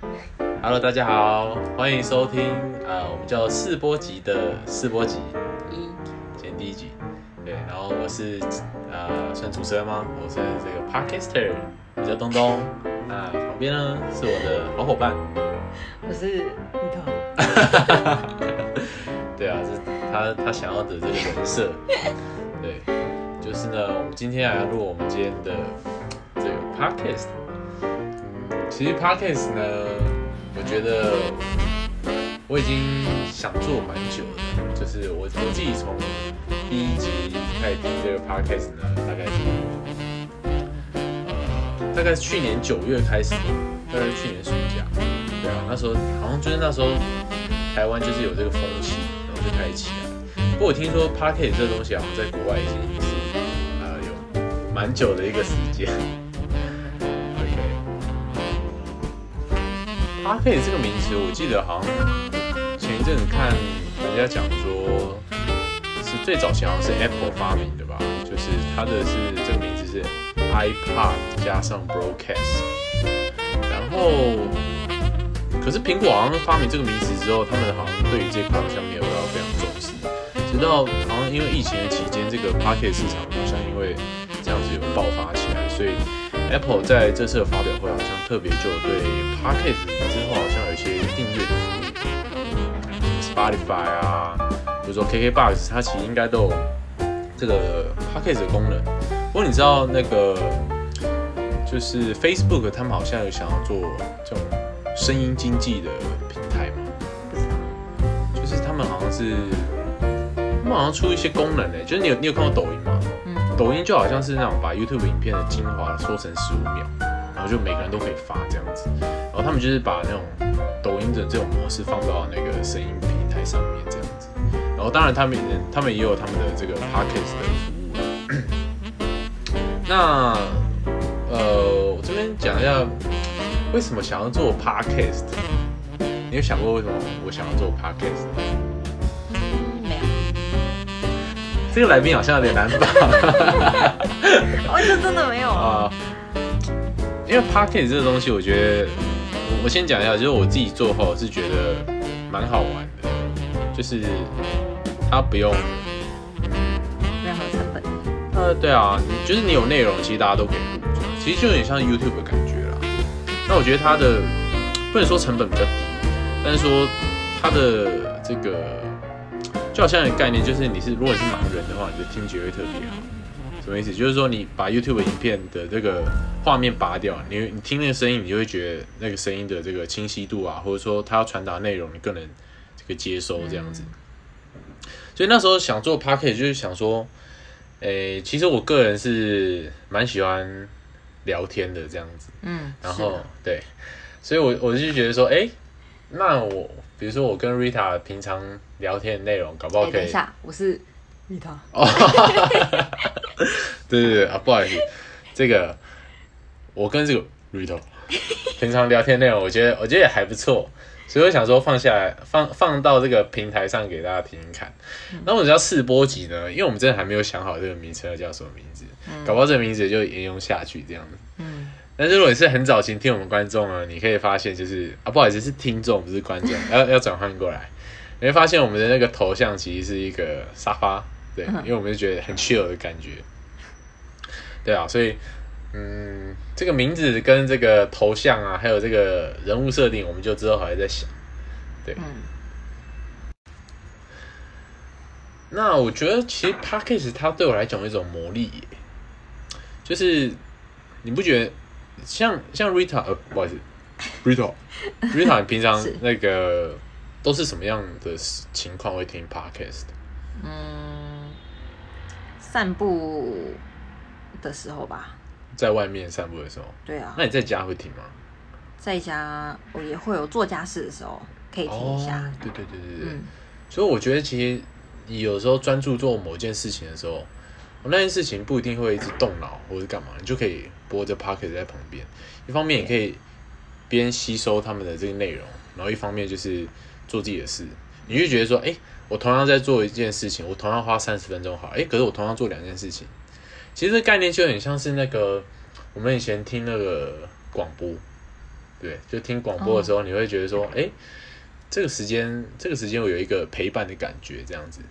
Hello， 大家好，欢迎收听我们叫试播集的试播集今天第一集。对，然后我是算主持人吗？我是这个 Podcaster， 我叫东东。那旁边呢是我的好伙伴， 我是芋头。 对啊，是他想要的这个人设。对，就是呢，我们今天来录我们今天的这个 Podcast。其实 Podcast 呢，我觉得我已经想做蛮久了，就是我自己从第一集开始听这个 Podcast 呢，大概是去年9月开始吧，大概是去年暑假，对啊，那时候好像就是那时候台湾就是有这个风气，然后就开始起来。不过我听说 Podcast 这个东西好像在国外已经是有蛮久的一个时间。Podcast 这个名词，我记得好像前一阵子看人家讲说，是最早期好像是 Apple 发明的吧，就是它的是这个名字是 iPod 加上 Broadcast， 然后可是苹果好像发明这个名词之后，他们好像对于这块好像没有到非常重视，直到好像因为疫情的期间，这个 Podcast 市场好像因为这样子有爆发起来，所以Apple 在这次的发表会好像特别就对 Podcast 之后好像有一些订阅的服务 ，Spotify 啊，比如说 KKBox， 它其实应该都有这个 Podcast 的功能。不过你知道那个就是 Facebook 他们好像有想要做这种声音经济的平台吗？ 不知道， 就是他们好像出一些功能就是你有看过抖音吗？抖音就好像是那种把 YouTube 影片的精华缩成15秒，然后就每个人都可以发这样子。然后他们就是把那种抖音的这种模式放到那个声音平台上面这样子。然后当然他们也有他们的这个 Podcast 的服务啦。那我这边讲一下为什么想要做 Podcast。你有想过为什么我想要做 Podcast？这个来宾好像有点难吧？ 这真的没有啊。 因为 Podcast 这个东西，我觉得我先讲一下，就是我自己做后是觉得蛮好玩的，就是它不用任何成本。 对啊，就是你有内容，其实大家都可以录，其实就有点像 YouTube 的感觉啦。那我觉得它的不能说成本比较低，但是说它的这个。就好像有概念，就是如果你是盲人的话，你的听觉会特别好。什么意思？就是说你把 YouTube 影片的这个画面拔掉，你听那个声音，你就会觉得那个声音的这个清晰度啊，或者说它要传达内容，你更能这个接收这样子。所以那时候想做 Podcast， 就是想说，其实我个人是蛮喜欢聊天的这样子。然后对，所以我就觉得说，那比如说我跟 Rita 平常聊天的内容，搞不好可以。 等一下，我是 Rita。 对啊，不好意思，这个我跟这个 Rita 平常聊天内容，我觉得也还不错，所以我想说放下来，放到这个平台上给大家听听看。那我们叫试播集呢，因为我们真的还没有想好这个名称要叫什么名字，搞不好这个名字就沿用下去这样子。但是如果你是很早期听我们观众呢，你可以发现就是不好意思，是听众不是观众，要转换过来，你会发现我们的那个头像其实是一个沙发，对，因为我们就觉得很 chill 的感觉，对啊，所以这个名字跟这个头像啊，还有这个人物设定，我们就之后还在想，对。那我觉得其实 Podcast 它对我来讲有一种魔力耶，就是你不觉得？像 Rita， 不好意思 ，Rita， 你平常那个都是什么样的情况会听 Podcast？ 散步的时候吧。在外面散步的时候。 对啊。 那你在家会听吗？ 在家我也会有做家事的时候可以听一下。 对。所以我觉得其实你有时候专注做某件事情的时候，那件事情不一定会一直动脑或者干嘛，你就可以播着 Podcast 在旁边，一方面也可以边吸收他们的这个内容，然后一方面就是做自己的事。你就觉得说，我同样在做一件事情，我同样花30分钟好，可是我同样做2件事情，其实这概念就很像是那个我们以前听那个广播， 对，就听广播的时候，你会觉得说，哎，这个时间我有一个陪伴的感觉，这样子。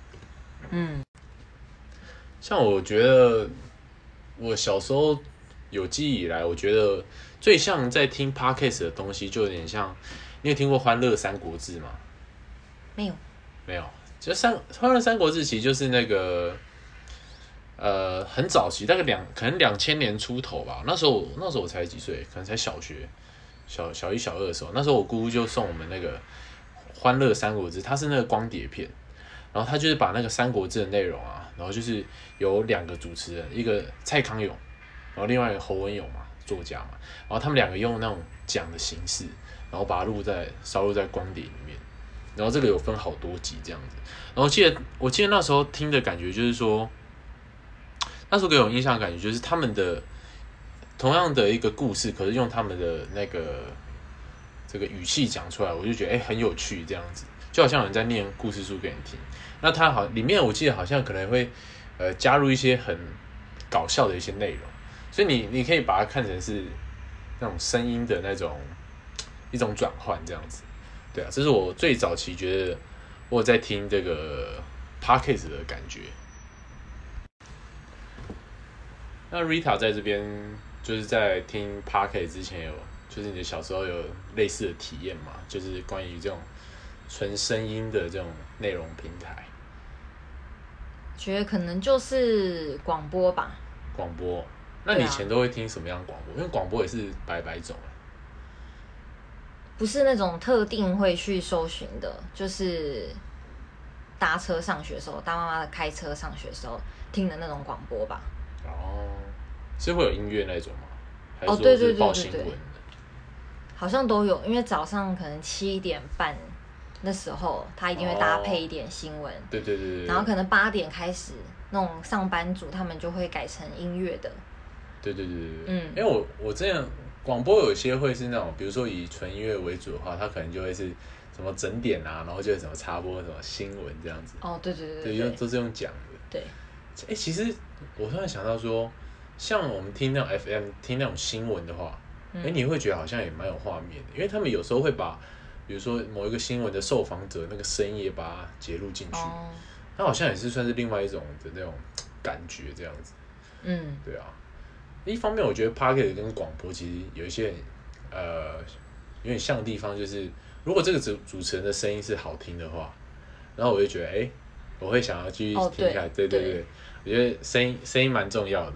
像我觉得我小时候有记忆以来，我觉得最像在听 podcast 的东西，就有点像，你有听过《欢乐三国志》吗？ 没有， 没有，就欢乐三国志其实就是那个很早期，大概可能2000年出头吧。那时候我才几岁，可能才小学小一小二的时候，那时候我姑姑就送我们那个《欢乐三国志》，它是那个光碟片，然后他就是把那个三国志的内容啊，然后就是有2个主持人，一个蔡康永，然后另外一个侯文勇嘛，作家嘛，然后他们2个用那种讲的形式，然后把它烧录在光碟里面，然后这个有分好多集这样子。然后我记得那时候听的感觉就是说，那时候给我印象的感觉就是他们的同样的一个故事，可是用他们的那个这个语气讲出来，我就觉得很有趣这样子，就好像有人在念故事书给你听。那它里面我记得好像可能会加入一些很搞笑的一些内容，所以你可以把它看成是那种声音的一种转换这样子。对啊，这是我最早期觉得我在听这个 podcast 的感觉。那 Rita 在这边就是在听 podcast 之前就是你的小时候有类似的体验吗？就是关于这种纯声音的这种内容平台。 觉得可能就是广播吧。 广播，那你以前都会听什么样的广播？因为广播也是百种。 不是那种特定会去搜寻的，就是搭车上学的时候，当妈妈的开车上学的时候听的那种广播吧。 是会有音乐那种吗？还是说是报新闻的？ 好像都有，因为早上可能7点半那时候，他一定会搭配一点新闻。 对。 然后可能8点开始，那种上班族他们就会改成音乐的。 对。因为我这样广播有些会是那种，比如说以纯音乐为主的话，它可能就会是什么整点啊，然后就什么插播什么新闻这样子。对，都是用讲的。 对。 其实我突然想到说，像我们听那种 FM 听那种新闻的话，你会觉得好像也蛮有画面的，因为他们有时候会把，比如说某一个新闻的受访者那个声音也把它截录进去，那好像也是算是另外一种的那种感觉这样子。对啊。一方面我觉得 Podcast 跟广播其实有一些有点像的地方，就是如果这个主持人的声音是好听的话，然后我就觉得我会想要继续听下来。对，我觉得声音蛮重要的。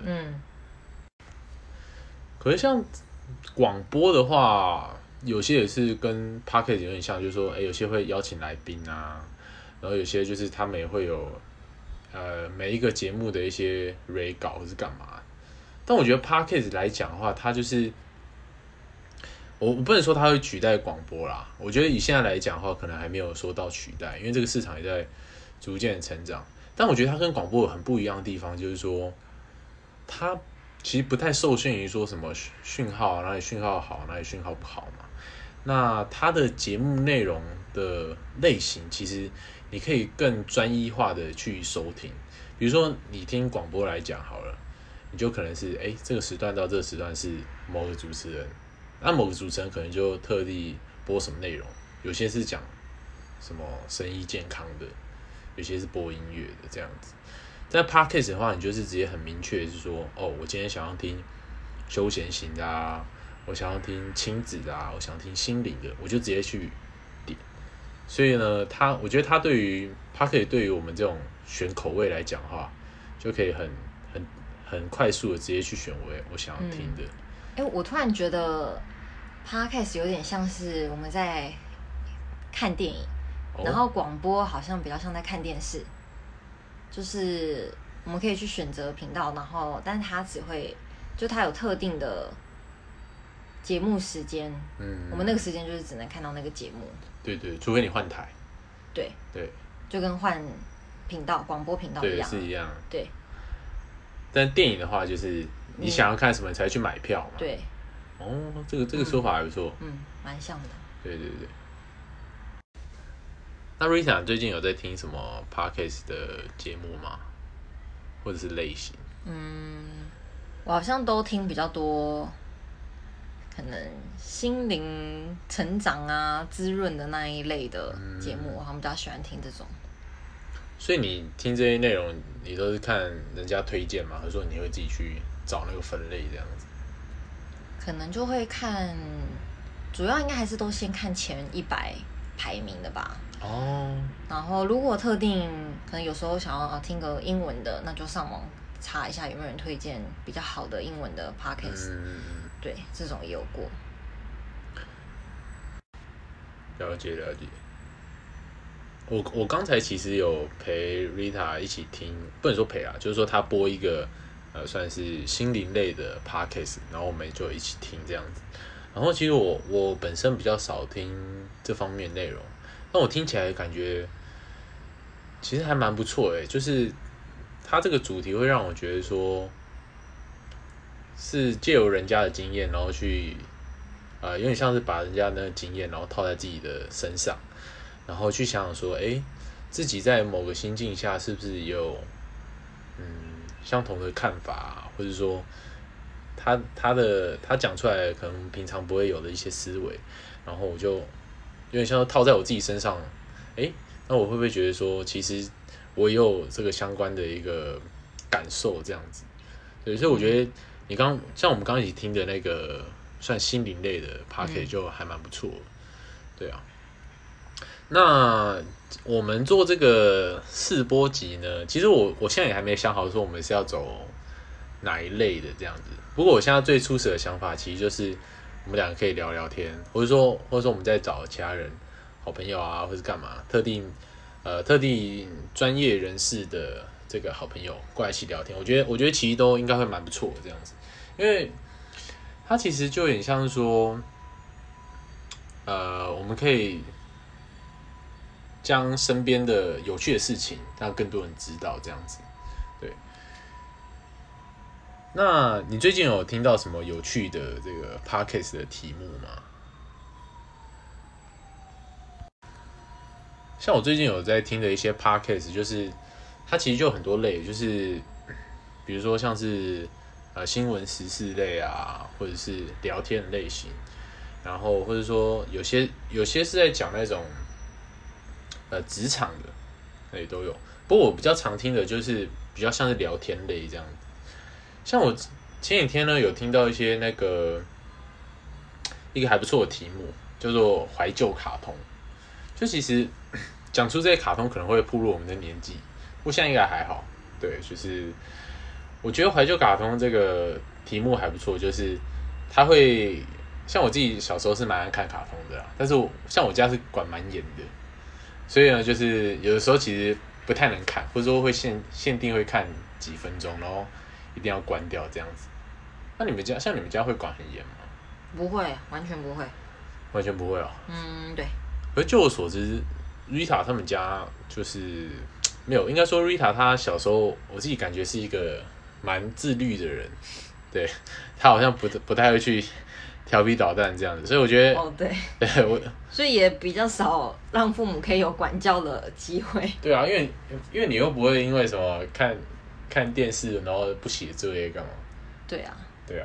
可是像广播的话，有些也是跟 Podcast 有点像，就是说有些会邀请来宾啊，然后有些就是他们也会有每一个节目的一些 re 稿或是干嘛。但我觉得 Podcast 来讲的话，它就是我不能说它会取代广播啦。我觉得以现在来讲的话，可能还没有说到取代，因为这个市场也在逐渐的成长。但我觉得它跟广播有很不一样的地方，就是说它其实不太受限于说什么讯号哪里讯号好，哪里讯号不好嘛。那它的节目内容的类型，其实你可以更专一化的去收听。比如说你听广播来讲好了，你就可能是这个时段到这个时段是某个主持人，那某个主持人可能就特地播什么内容，有些是讲什么生意健康的，有些是播音乐的这样子。在 Podcast 的话，你就是直接很明确是说，我今天想要听休闲型的啊，我想要听亲子的啊，我想听心灵的，我就直接去点。所以呢，我觉得它对于 Podcast 对于我们这种选口味来讲的话，就可以很快速的直接去选我想要听的。 我突然觉得 Podcast 有点像是我们在看电影，然后广播好像比较像在看电视，就是我们可以去选择频道，然后但是它有特定的节目时间，我们那个时间就是只能看到那个节目。 对，除非你换台。 对，就跟换频道广播频道一样。 对，是一样。 对。 但电影的话，就是你想要看什么才去买票嘛。 对。 这个说法还不错。 蛮像的。 对。那 Rita 最近有在听什么 Podcast 的节目吗？或者是类型？ 我好像都听比较多可能心灵成长啊、滋润的那一类的节目，我好像比较喜欢听这种。 所以你听这些内容，你都是看人家推荐吗？还是说你会自己去找那个分类这样子？ 可能就会看，主要应该还是都先看前100排名的吧。哦。然后如果特定可能有时候想要听个英文的，那就上网查一下有没有人推荐比较好的英文的 podcast。对，这种也有过。 了解了解。我刚才其实有陪 Rita 一起听，不能说陪啦，就是说他播一个算是心灵类的 podcast， 然后我们就一起听这样子。然后其实我本身比较少听这方面内容，但我听起来感觉其实还蛮不错诶，就是他这个主题会让我觉得说，是借由人家的经验，然后去有点像是把人家的那个经验，然后套在自己的身上。然后去想想说，自己在某个心境下是不是也有相同的看法，或者说他讲出来可能平常不会有的一些思维，然后我就有点像套在我自己身上，那我会不会觉得说，其实我也有这个相关的一个感受这样子？对，所以我觉得你像我们刚一起听的那个算心灵类的 podcast 就还蛮不错的，对啊。那我们做这个试播集呢，其实我现在也还没想好说我们是要走哪一类的这样子。不过我现在最初始的想法，其实就是我们两个可以聊聊天，或者说我们再找其他人、好朋友啊，或是干嘛，特定专业人士的这个好朋友过来一起聊天。我觉得其实都应该会蛮不错的这样子，因为它其实就有点像是说，我们可以将身边的有趣的事情让更多人知道，这样子。对。那你最近有听到什么有趣的这个 podcast 的题目吗？像我最近有在听的一些 podcast， 就是它其实就很多类，就是比如说像是新闻时事类啊，或者是聊天的类型，然后或者说有些是在讲那种职场的，都有。不过我比较常听的就是比较像是聊天类这样子。像我前几天呢有听到一些一个还不错的题目，叫做怀旧卡通。就其实讲出这些卡通可能会暴露我们的年纪，不过现在应该还好。对，就是我觉得怀旧卡通这个题目还不错，就是它会像我自己小时候是蛮爱看卡通的啦，但是像我家是管蛮严的。所以呢，就是有的时候其实不太能看，或者说会限定会看几分钟，然后一定要关掉这样子。那你们家会管很严吗？ 不会，完全不会。 完全不会哦。 对。 而就我所知 ，Rita 他们家就是没有，应该说 Rita 她小时候，我自己感觉是一个蛮自律的人，对，她好像不太会去调皮捣蛋这样子，所以我觉得对我， 所以也比较少让父母可以有管教的机会。 对啊，因为你又不会因为什么看电视然后不写作业干嘛？ 对啊，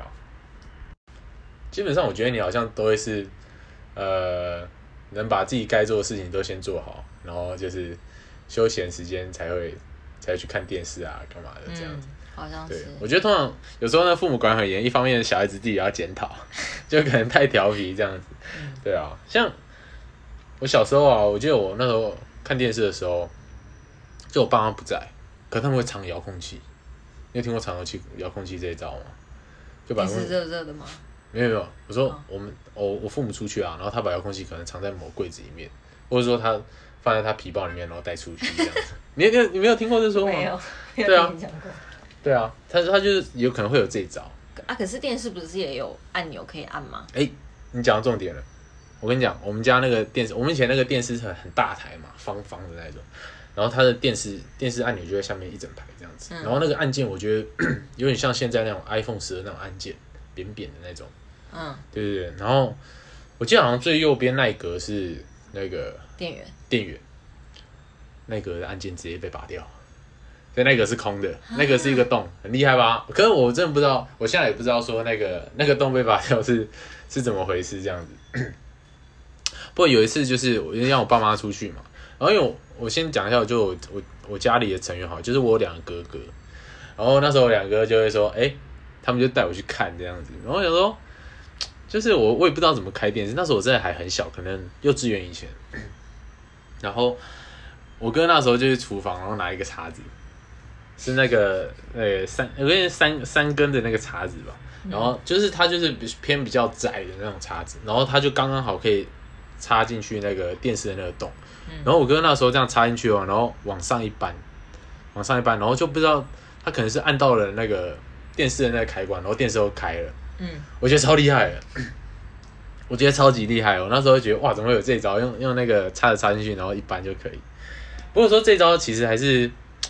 基本上我觉得你好像都会是能把自己该做的事情都先做好，然后就是休闲时间才去看电视啊干嘛的这样子。 好像是。 对，我觉得通常有时候呢，父母管很严，一方面小孩子自己也要检讨，就可能太调皮这样子。对啊，像我小时候啊，我记得我那时候看电视的时候，就我爸妈不在，可他们会藏遥控器。你有听过藏遥控器这一招吗？就把电视热热的吗？ 没有，我说我父母出去啊，然后他把遥控器可能藏在某柜子里面，或者说他放在他皮包里面，然后带出去这样子。你没有听过这说吗？ 没有， 对啊，对啊，他就是有可能会有这一招啊。可是电视不是也有按钮可以按吗？ 你讲到重点了。我跟你讲，我们家那个电视，我们以前那个电视是很大台嘛，方方的那种，然后它的电视按钮就在下面一整排这样子，然后那个按键我觉得有点像现在那种 iPhone 10的那种按键，扁扁的那种。对。然后我记得好像最右边那一格是那个电源， 那格的按键直接被拔掉，所以那个是空的，那个是一个洞，很厉害吧？可是我真的不知道，我现在也不知道说那个洞被拔掉是是怎么回事这样子。不过有一次就是我让我爸妈出去嘛，然后因为我先讲一下，就我家里的成员好，就是我有2个哥哥，然后那时候我2个哥哥就会说，他们就带我去看这样子，然后我想说，就是我也不知道怎么开电视，那时候我真的还很小，可能幼稚园以前，然后我哥那时候就去厨房，然后拿一个叉子，是那个三根的那个叉子吧，然后就是它就是偏比较窄的那种叉子，然后它就刚刚好可以插进去那个电视的那个洞，然后我哥那时候这样插进去哦，然后往上一扳，然后就不知道他可能是按到了那个电视的那个开关，然后电视都开了，我觉得超厉害的，我觉得超级厉害哦，我那时候觉得哇，怎么会有这一招，用那个叉子插进去，然后一扳就可以。不过说这招其实还是，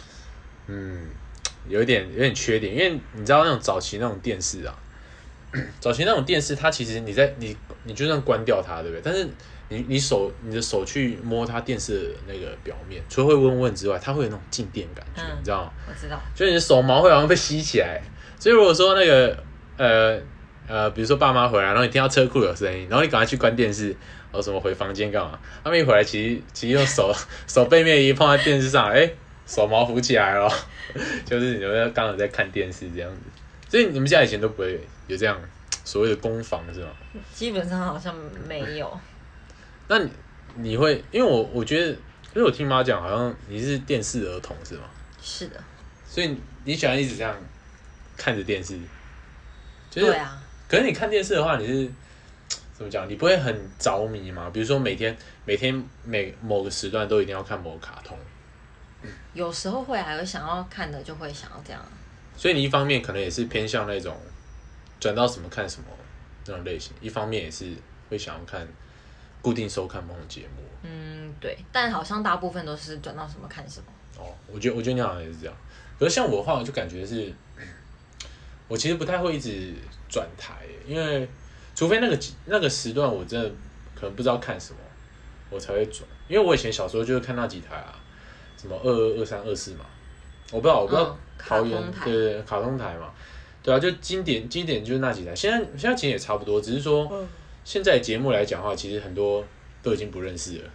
有点缺点，因为你知道那种早期那种电视啊，它其实你就算关掉它，对不对？但是你的手去摸它电视的那个表面，除了会温温之外，它会有那种静电感觉，你知道吗？ 我知道， 就你的手毛会好像被吸起来。所以如果说那个比如说爸妈回来，然后你听到车库有声音，然后你赶快去关电视，然后什么回房间干嘛？他们一回来，其实用手背面一碰在电视上，手毛浮起来了，就是你们刚好在看电视这样子。所以你们家以前都不会有这样所谓的攻防是吗？ 基本上好像没有。 那你会，因为我觉得，因为我听妈讲，好像你是电视儿童是吗？ 是的。 所以你喜欢一直这样看着电视？就是、 对啊。 可是你看电视的话，你是怎么讲？你不会很着迷吗？比如说每天某个时段都一定要看某个卡通。 有时候会还有想要看的，就会想要这样。 所以你一方面可能也是偏向那种转到什么看什么那种类型，一方面也是会想要看固定收看某种节目。 对，但好像大部分都是转到什么看什么。 我觉得你好像也是这样。可是像我的话，我就感觉是，我其实不太会一直转台，因为除非那个时段我真的可能不知道看什么，我才会转。因为我以前小时候就是看那几台啊，什么22、23、24嘛，我不知道桃园对卡通台嘛，对啊，就经典就是那几台。现在其实也差不多，只是说现在节目来讲的话，其实很多都已经不认识了。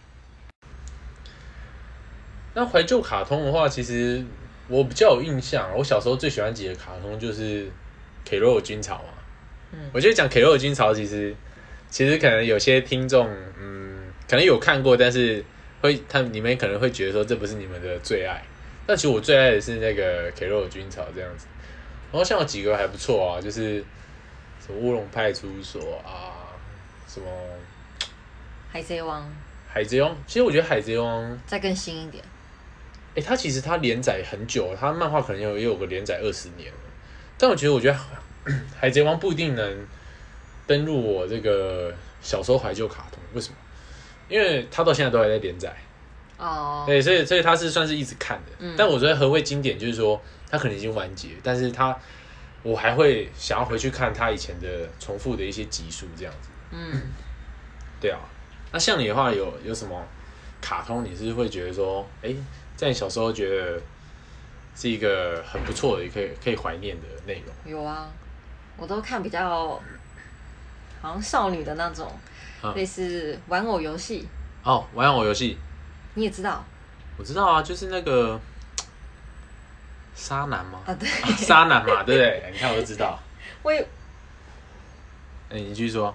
那怀旧卡通的话，其实我比较有印象，我小时候最喜欢几个卡通就是《K 肉有军曹》嘛。我觉得讲《K 肉有军曹》，其实可能有些听众，可能有看过，但是你们可能会觉得说这不是你们的最爱。但其实我最爱的是那个《K 肉有军曹》这样子。然后像有几个还不错啊，就是什么《乌龙派出所》啊，什么海贼王。 其实我觉得海贼王再更新一点。 它其实它连载很久，它漫画可能也有个连载20年了。但我觉得海贼王不一定能登入我这个小时候怀旧卡通，为什么？因为它到现在都还在连载。对，所以它是算是一直看的。但我觉得何谓经典，就是说它可能已经完结，但是我还会想要回去看它以前的重复的一些集数这样子。对啊。那像你的话，有什么卡通你是会觉得说，在你小时候觉得是一个很不错的，也可以怀念的内容？ 有啊，我都看比较好像少女的那种，类似玩偶游戏。 玩偶游戏， 你也知道？我知道啊，就是那个沙男吗？ 对， 沙男嘛，对不对？你看我就知道。 我也， 你继续说。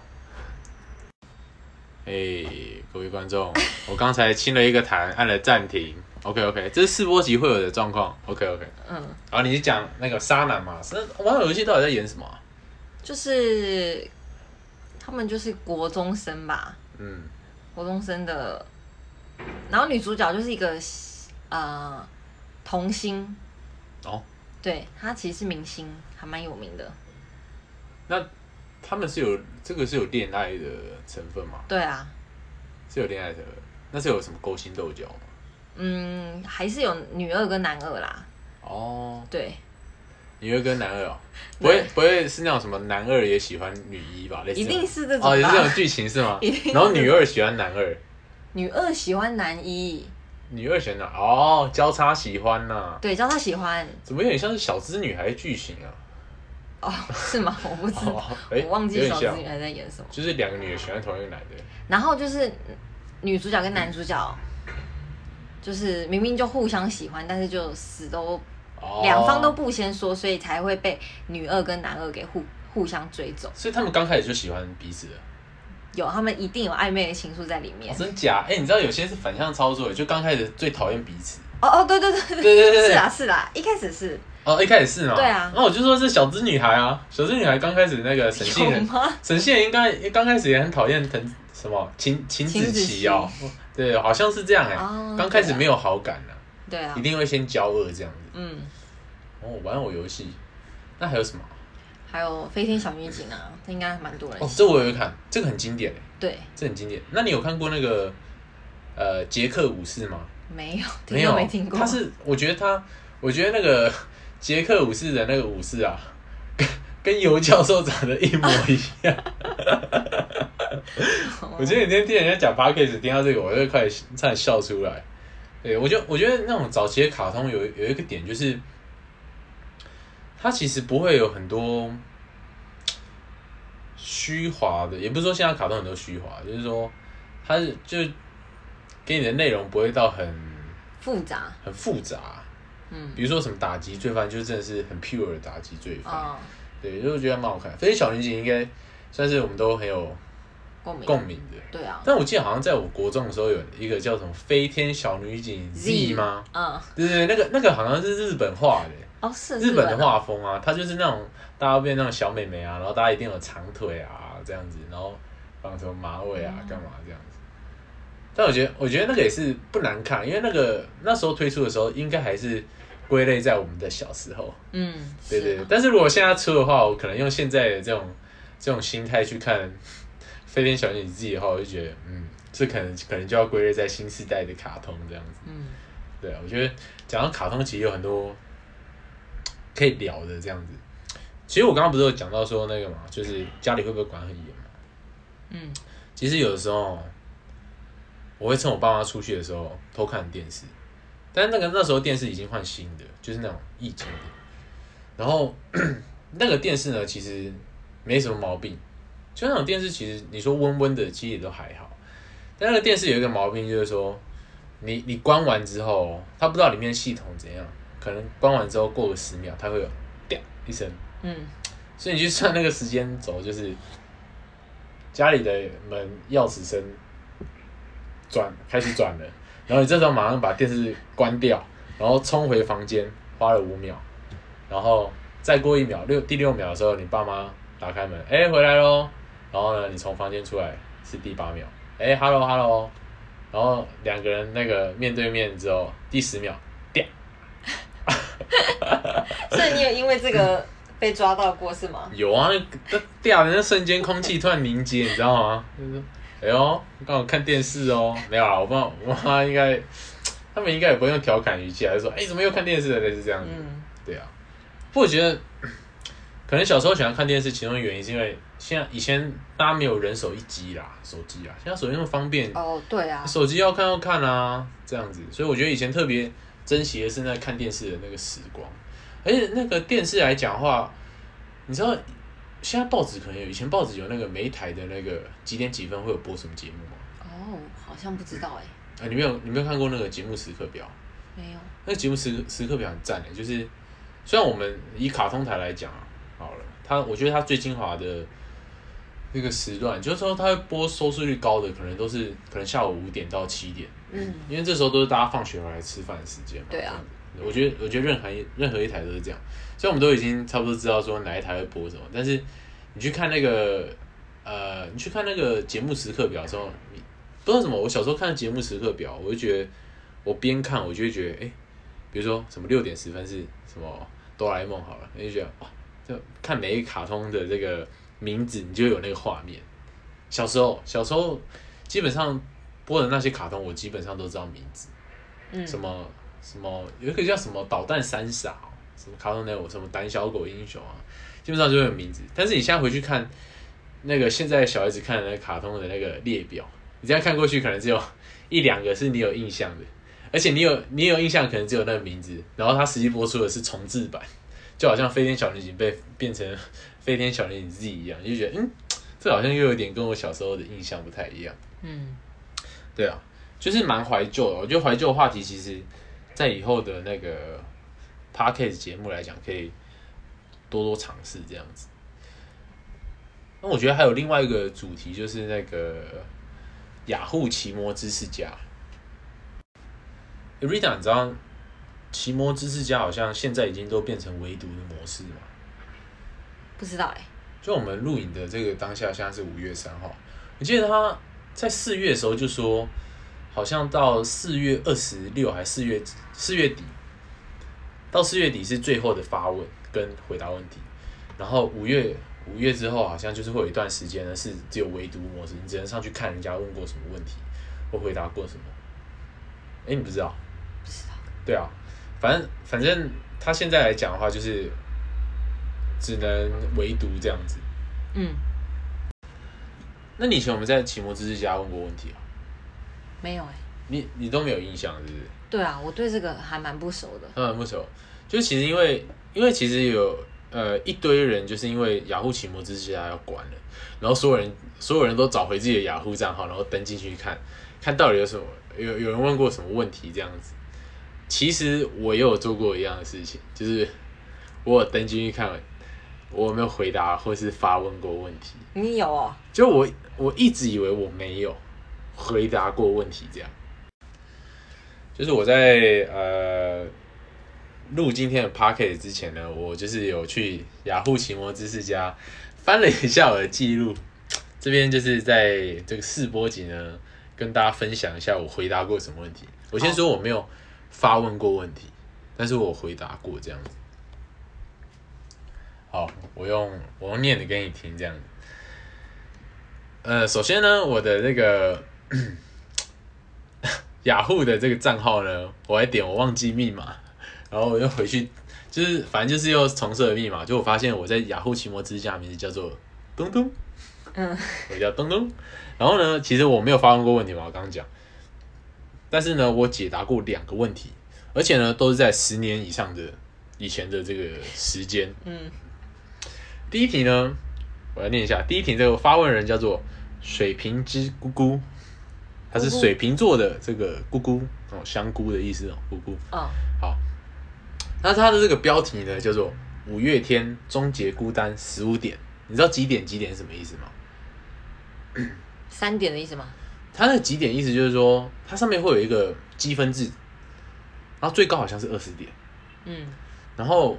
各位观众，我刚才清了一个痰，按了暂停。OK， 这是试播集会有的状况。OK。然后你讲那个沙男嘛，玩偶游戏到底在演什么啊？ 就是他们就是国中生吧，国中生的，然后女主角就是一个童星。对，她其实是明星，还蛮有名的。 那他们是有恋爱的成分吗？ 对啊， 是有恋爱的。那是有什么勾心斗角吗？ 还是有女二跟男二啦。对， 女二跟男二不会是那种什么男二也喜欢女一吧？类似一定是这种也是这种剧情是吗？然后女二喜欢男二， 女二喜欢男一， 女二喜欢交叉喜欢呐。 对，交叉喜欢。 怎么有点像是小资女孩剧情啊？ 哦，是吗？我不知道，我忘记小资女孩在演什么。 就是两个女的喜欢同一个男的， 然后就是女主角跟男主角，就是明明就互相喜欢，但是就死都两方都不先说，所以才会被女二跟男二给互相追走。 所以他们刚开始就喜欢彼此了。 有，他们一定有暧昧的情愫在里面。 真假？你知道有些是反向操作，就刚开始最讨厌彼此。 对，是啦，一开始是。 一开始是吗？ 对啊。 那我就说是小资女孩啊，小资女孩刚开始那个沈信应该刚开始也很讨厌什么秦子琪哦，对，好像是这样刚开始没有好感啊， 对啊， 一定会先交恶这样子。玩偶游戏，那还有什么？ 还有《飞天小女警》啊，这应该蛮多人喜欢。 这我有看，这个很经典对， 这很经典。那你有看过那个杰克武士吗？ 没有，听都没听过。 我觉得那个杰克武士的那个武士啊，跟尤教授长得一模一样。我前几天听人家讲 podcast 听到这个，我就快差点笑出来。对，我觉得那种早期的卡通有一个点就是，它其实不会有很多虚华的，也不是说现在卡通很多虚华，就是说它就给你的内容不会到很复杂。比如说什么打击罪犯，就真的是很 pure 的打击罪犯。对，就觉得蛮好看。飞天小女警应该算是我们都很有共鸣的。 对啊。 但我记得好像在我国中的时候有一个叫什么飞天小女警 Z 吗？对，那个好像是日本画的。 是日本的画风啊，它就是那种大家变那种小妹妹啊，然后大家一定有长腿啊这样子，然后绑什么马尾啊，干嘛这样子。但我觉得那个也是不难看，因为那时候推出的时候，应该还是归类在我们的小时候。对。但是如果现在出的话，我可能用现在的这种心态去看《飞天小女警》自己的话，我就觉得，这可能就要归类在新时代的卡通这样子。对啊，我觉得讲到卡通，其实有很多可以聊的这样子。其实我刚刚不是有讲到说那个嘛，就是家里会不会管很严嘛？其实有的时候，我会趁我爸妈出去的时候偷看电视，但那时候电视已经换新的，就是那种液晶的。然后那个电视呢，其实没什么毛病，就那种电视，其实你说温温的，其实也都还好。但那个电视有一个毛病，就是说你关完之后，它不知道里面系统怎样，可能关完之后过个10秒，它会有掉一声。所以你去算那个时间轴，就是家里的门钥匙声开始转了，然后你这时候马上把电视关掉，然后冲回房间，花了5秒，然后再过1秒，第6秒的时候，你爸妈打开门，回来咯，然后呢，你从房间出来是第8秒，hello， 然后2个人那个面对面之后，第10秒，掉。 所以你有因为这个被抓到过是吗？ 有啊，掉的那瞬间空气突然凝结，你知道吗？就是刚好看电视哦，没有啦，我妈应该，他们应该也不会用调侃语气来说，怎么又看电视了，类似这样子。对啊。不过我觉得，可能小时候喜欢看电视，其中的原因是因为以前大家没有人手一机啦，手机啊，现在手机那么方便。 对啊。 手机要看啊，这样子，所以我觉得以前特别珍惜的是那看电视的那个时光。而且那个电视来讲的话，你知道现在报纸可能以前报纸有那个每一台的那个几点几分会有播什么节目吗？ 好像不知道你没有看过那个节目时刻表？ 没有。 那个节目时刻表很赞就是虽然我们以卡通台来讲好了，我觉得它最精华的那个时段，就是说它会播收视率高的，可能下午5点到7点，因为这时候都是大家放学回来吃饭的时间嘛。 对啊。 我觉得任何一台都是这样，所以我们都已经差不多知道说哪一台会播什么。但是你去看那个节目时刻表的时候，你不知道什么。我小时候看节目时刻表，我就觉得我边看我就会觉得，比如说什么6点10分是什么哆啦 A 梦好了，你就觉得哇，就看每一个卡通的这个名字，你就有那个画面。小时候基本上播的那些卡通，我基本上都知道名字，什么有一个叫什么导弹三傻，什么卡通那种什么胆小狗英雄啊，基本上就会有名字。但是你现在回去看那个现在小孩子看的那个卡通的那个列表，你这样看过去可能只有1-2个是你有印象的，而且你有印象可能只有那个名字，然后它实际播出的是重制版， 就好像飞天小女警变成飞天小女警 Z 一样，就觉得这好像又有点跟我小时候的印象不太一样。对啊，就是蛮怀旧的。我觉得怀旧的话题，其实在以后的那个 Podcast 节目来讲，可以多多尝试这样子。那我觉得还有另外一个主题，就是那个雅虎奇摩知识家。Rita， 你知道奇摩知识家好像现在已经都变成围读的模式吗？ 不知道就我们录影的这个当下，现在是5月3号。我记得他在4月的时候就说，好像到4月26还4月底，到4月底是最后的发问跟回答问题，然后5月之后好像就是会有一段时间呢是只有围读模式，你只能上去看人家问过什么问题或回答过什么。你不知道？ 不知道。 对啊，反正他现在来讲的话，就是只能围读这样子。那你以前我们在奇摩知识家问过问题啊？ 没有你都没有印象是不是？ 对啊，我对这个还蛮不熟的。 很不熟，就其实因为其实有一堆人就是因为雅虎奇摩知识家要关了，然后所有人都找回自己的雅虎账号，然后登进去看到底有什么有人问过什么问题这样子。其实我也有做过一样的事情，就是我有登进去看我有没有回答或是发问过问题。 你有哦？ 就我一直以为我没有回答过问题，这样。就是我在录今天的 podcast 之前呢，我就是有去雅虎奇摩知识家翻了一下我的记录，这边就是在这个试播集呢，跟大家分享一下我回答过什么问题。我先说我没有发问过问题，但是我回答过这样子。好，我用念的给你听这样子。首先呢，我的这个雅虎的这个账号呢，我还点我忘记密码，然后我又回去，就是反正就是又重设了密码，就我发现我在雅虎奇摩知识家名字叫做东东，我叫东东。然后呢，其实我没有发问过问题嘛，我刚刚讲，但是呢，我解答过2个问题，而且呢，都是在10年以前的这个时间。第一题呢，我来念一下。第一题这个发问人叫做水瓶之姑姑，他是水瓶座的这个姑姑哦，香菇的意思哦，姑姑。好，那他的这个标题呢叫做5月天终结孤单15点，你知道几点是什么意思吗 ？3点的意思吗？ 他的几点意思就是说，它上面会有一个积分制，然后最高好像是20点。然后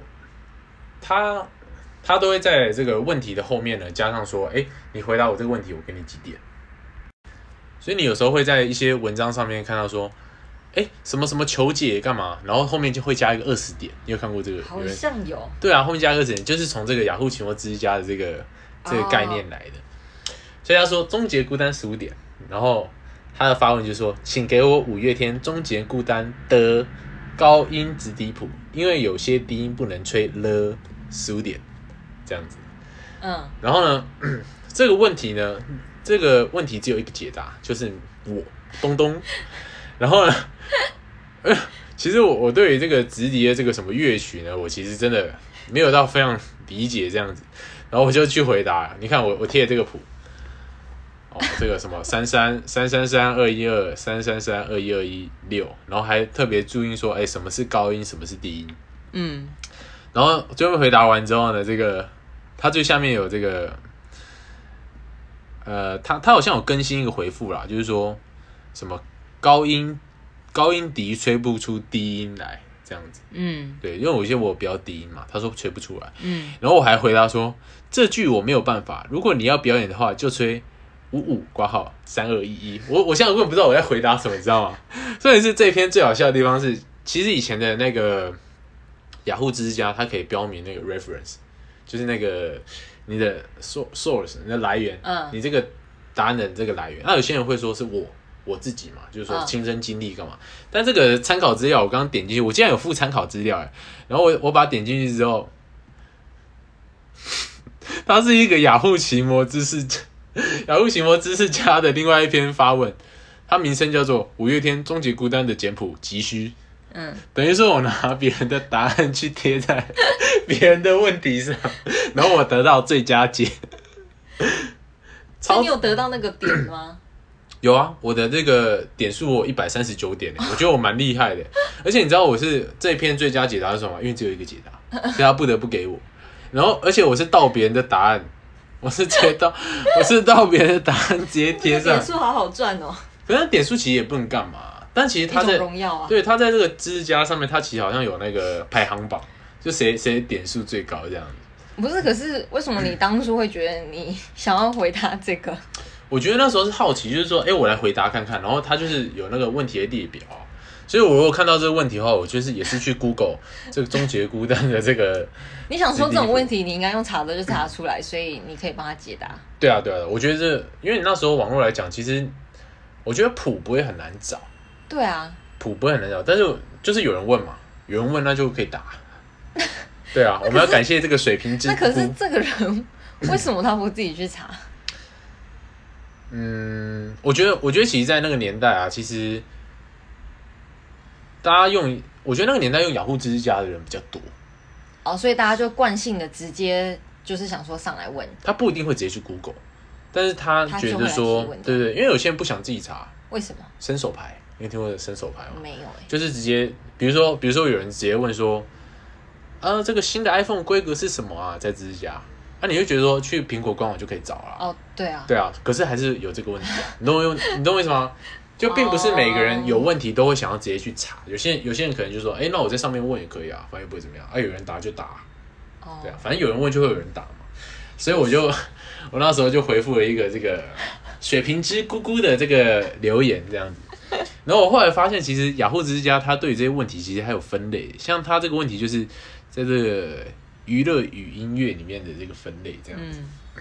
他都会在这个问题的后面呢加上说，你回答我这个问题，我给你几点。所以你有时候会在一些文章上面看到说，什么什么求解干嘛，然后后面就会加一个20点。你有看过这个？ 好像有。 对啊，后面加一个20点，就是从这个雅虎奇摩知识家的这个概念来的。所以他说终结孤单15点，然后他的发问就是说，请给我5月天终结孤单的高音直笛谱，因为有些低音不能吹了15点。这样子，然后呢，这个问题只有一个解答，就是我东东。然后呢，其实我对于这个直笛的这个什么乐曲呢，我其实真的没有到非常理解这样子。然后我就去回答，你看我贴的这个谱，这个什么3332123333126，然后还特别注意说，什么是高音，什么是低音。然后最后回答完之后呢，这个他最下面有这个，他好像有更新一个回复啦，就是说什么高音笛吹不出低音来这样子。对，因为有些我比较低音嘛，他说吹不出来。然后我还回答说，这句我没有办法，如果你要表演的话，就吹55-3211。我现在根本不知道我在回答什么，你知道吗？所以是这篇最好笑的地方是，其实以前的那个雅虎知识家，它可以标明那个 reference， 就是那个你的 source， 你的来源，你这个答案的这个来源。那有些人会说是我自己嘛，就是说亲身经历干嘛？但这个参考资料我刚刚点进去，我竟然有附参考资料然后我把它点进去之后，它是一个雅虎奇摩知识家的另外一篇发问，它名称叫做5月天终结孤单的简谱急需。等于说我拿别人的答案去贴在别人的问题上，然后我得到最佳解。 所以你有得到那个点吗？ 有啊，我的这个点数我139点，我觉得我蛮厉害的。而且你知道我是这一篇最佳解答是什么吗？因为只有一个解答，所以他不得不给我。然后而且我是盗别人的答案，我是盗别人的答案直接贴上。 点数好好赚哦。 可是点数其实也不能干嘛，但其实他在荣耀啊， 对他在这个知家上面，他其实好像有那个排行榜，就谁点数最高这样子。 不是，可是为什么你当初会觉得你想要回答这个？ 我觉得那时候是好奇，就是说，我来回答看看，然后他就是有那个问题的列表，所以我如果看到这个问题的话，我就是也是去 Google 这个终结孤单的这个。 你想说这种问题你应该用查的就查出来，所以你可以帮他解答。 对啊，我觉得因为你那时候网络来讲，其实我觉得谱不会很难找。 对啊， 谱不会很难找，但是就是有人问嘛，有人问那就可以答。对啊，我们要感谢这个水平之。 那可是这个人为什么他不自己去查？ 我觉得其实，在那个年代啊，其实大家我觉得那个年代用雅虎知家的人比较多。 哦，所以大家就惯性的直接就是想说上来问。 他不一定会直接去 Google， 但是他觉得说，对，因为有些人不想自己查。 为什么？ 伸手牌，你有听过伸手牌吗？ 没有就是直接，比如说有人直接问说，这个新的 iPhone 规格是什么啊？在知家。你会觉得说去苹果官网就可以找了。 哦，对啊。 对啊，可是还是有这个问题啊。你懂我意思吗？就并不是每个人有问题都会想要直接去查。有些人可能就说，那我在上面问也可以啊，反正也不会怎么样。有人答就答。对啊，反正有人问就会有人答嘛。所以我那时候就回复了一个这个水瓶之咕咕的这个留言这样子。然后我后来发现，其实雅虎之家它对于这些问题其实还有分类，像它这个问题就是在这个娱乐与音乐里面的这个分类这样子。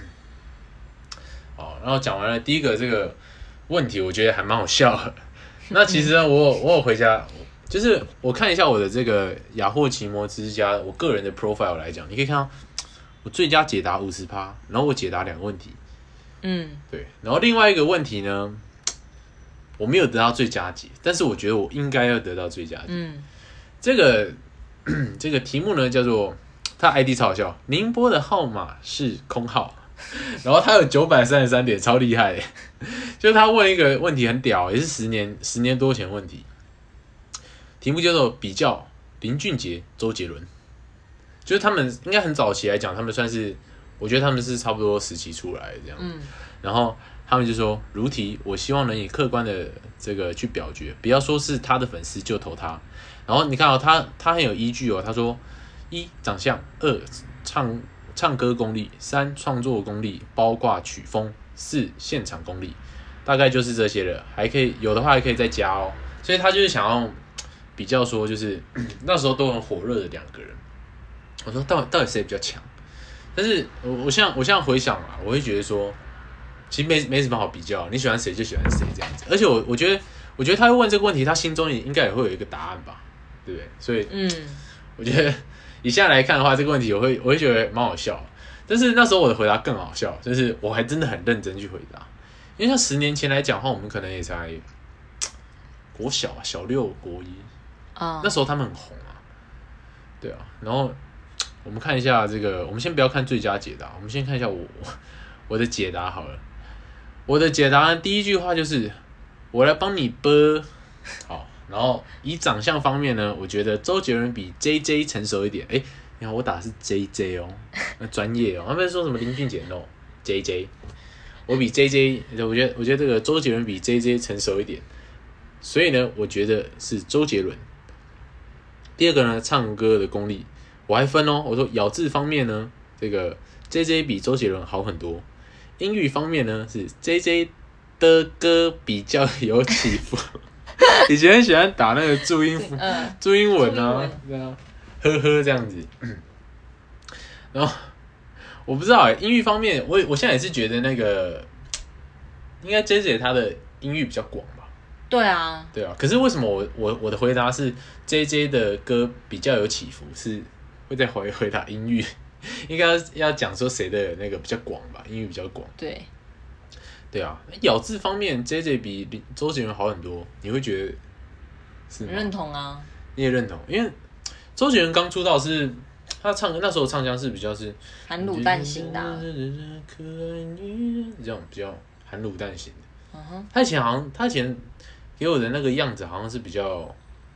然后讲完了第一个这个问题，我觉得还蛮好笑的。那其实呢，我有回家，就是我看一下我的这个雅虎奇摩之家我个人的 profile 来讲，你可以看到我最佳解答50%，然后我解答2个问题。对，然后另外一个问题呢，我没有得到最佳解，但是我觉得我应该要得到最佳解。这个题目呢叫做，他 ID 超好笑，您拨的号码是空号，然后他有933点，超厉害的。就是他问一个问题很屌，也是10年多前的问题。题目叫做比较林俊杰、周杰伦，就是他们应该很早期来讲，他们算是，我觉得他们是差不多时期出来的这样。然后他们就说，如题，我希望能以客观的这个去表决，不要说是他的粉丝就投他。然后你看他很有依据哦，他说：1. 长相，2. 唱歌功力，3. 创作功力，包括曲风，4. 现场功力，大概就是这些了。还可以有的话还可以再加哦。所以他就是想要比较说，就是那时候都很火热的2个人。我说到底谁比较强？但是我现在回想啊，我会觉得说，其实没什么好比较，你喜欢谁就喜欢谁这样子。而且我觉得他会问这个问题，他心中应该也会有一个答案吧，对不对？所以我觉得以现在来看的话，这个问题我会觉得蛮好笑。但是那时候我的回答更好笑，就是我还真的很认真去回答。因为像10年前来讲的话，我们可能也才国小啊，小6国1，那时候他们很红啊，对啊。然后我们看一下这个，我们先不要看最佳解答，我们先看一下我的解答好了。我的解答第一句话就是我来帮你播好，然后以长相方面呢，我觉得周杰伦比 JJ 成熟一点。你看我打的是 JJ 哦，那专业哦，他们说什么林俊杰 no JJ， 我比 JJ， 我觉得这个周杰伦比 JJ 成熟一点，所以呢，我觉得是周杰伦。第二个呢，唱歌的功力我还分哦，我说咬字方面呢，这个 JJ 比周杰伦好很多。音域方面呢，是 JJ 的歌比较有起伏。以前很喜欢打那个注音文啊，对啊，呵呵这样子。然后我不知道音域方面，我现在也是觉得那个应该 JJ 他的音域比较广吧。 对啊。 可是为什么我的回答是 JJ 的歌比较有起伏，是会再回答音域？应该要讲说谁的那个比较广吧，音域比较广。对啊，咬字方面 JJ 比周杰伦好很多，你会觉得是吗？ 认同啊。 你也认同，因为周杰伦刚出道他他唱那时候唱腔是比较是含卤蛋型的、啊， 这种比较含卤蛋型的。他以前给我的那个样子好像是比较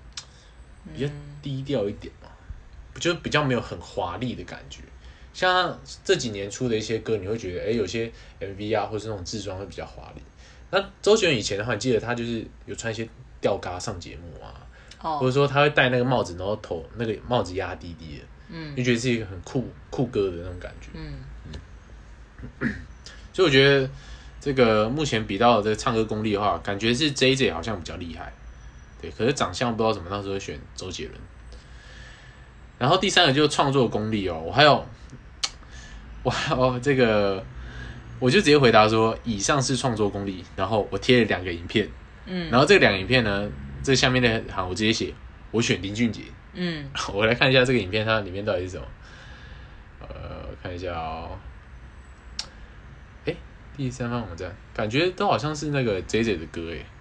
低调一点嘛，就比较没有很华丽的感觉。像他这几年出的一些歌，你会觉得有些 MV 啊，或是那种制装会比较华丽。那周杰伦以前的话，你记得他就是有穿一些吊嘎上节目啊，或者说他会戴那个帽子，然后头那个帽子压低低的，就觉得是一个很酷哥的那种感觉。所以我觉得这个目前比到这个唱歌功力的话，感觉是 JJ 好像比较厉害，对。可是长相不知道怎么那时候选周杰伦。然后第三个就是创作功力哦，这个我就直接回答说，以上是创作功力，然后我贴了2个影片，然后这2个影片呢，这下面的行我直接写我选林俊杰，我来看一下这个影片它里面到底是什么，看一下哦，第三方网站，感觉都好像是那个 JJ 的歌诶，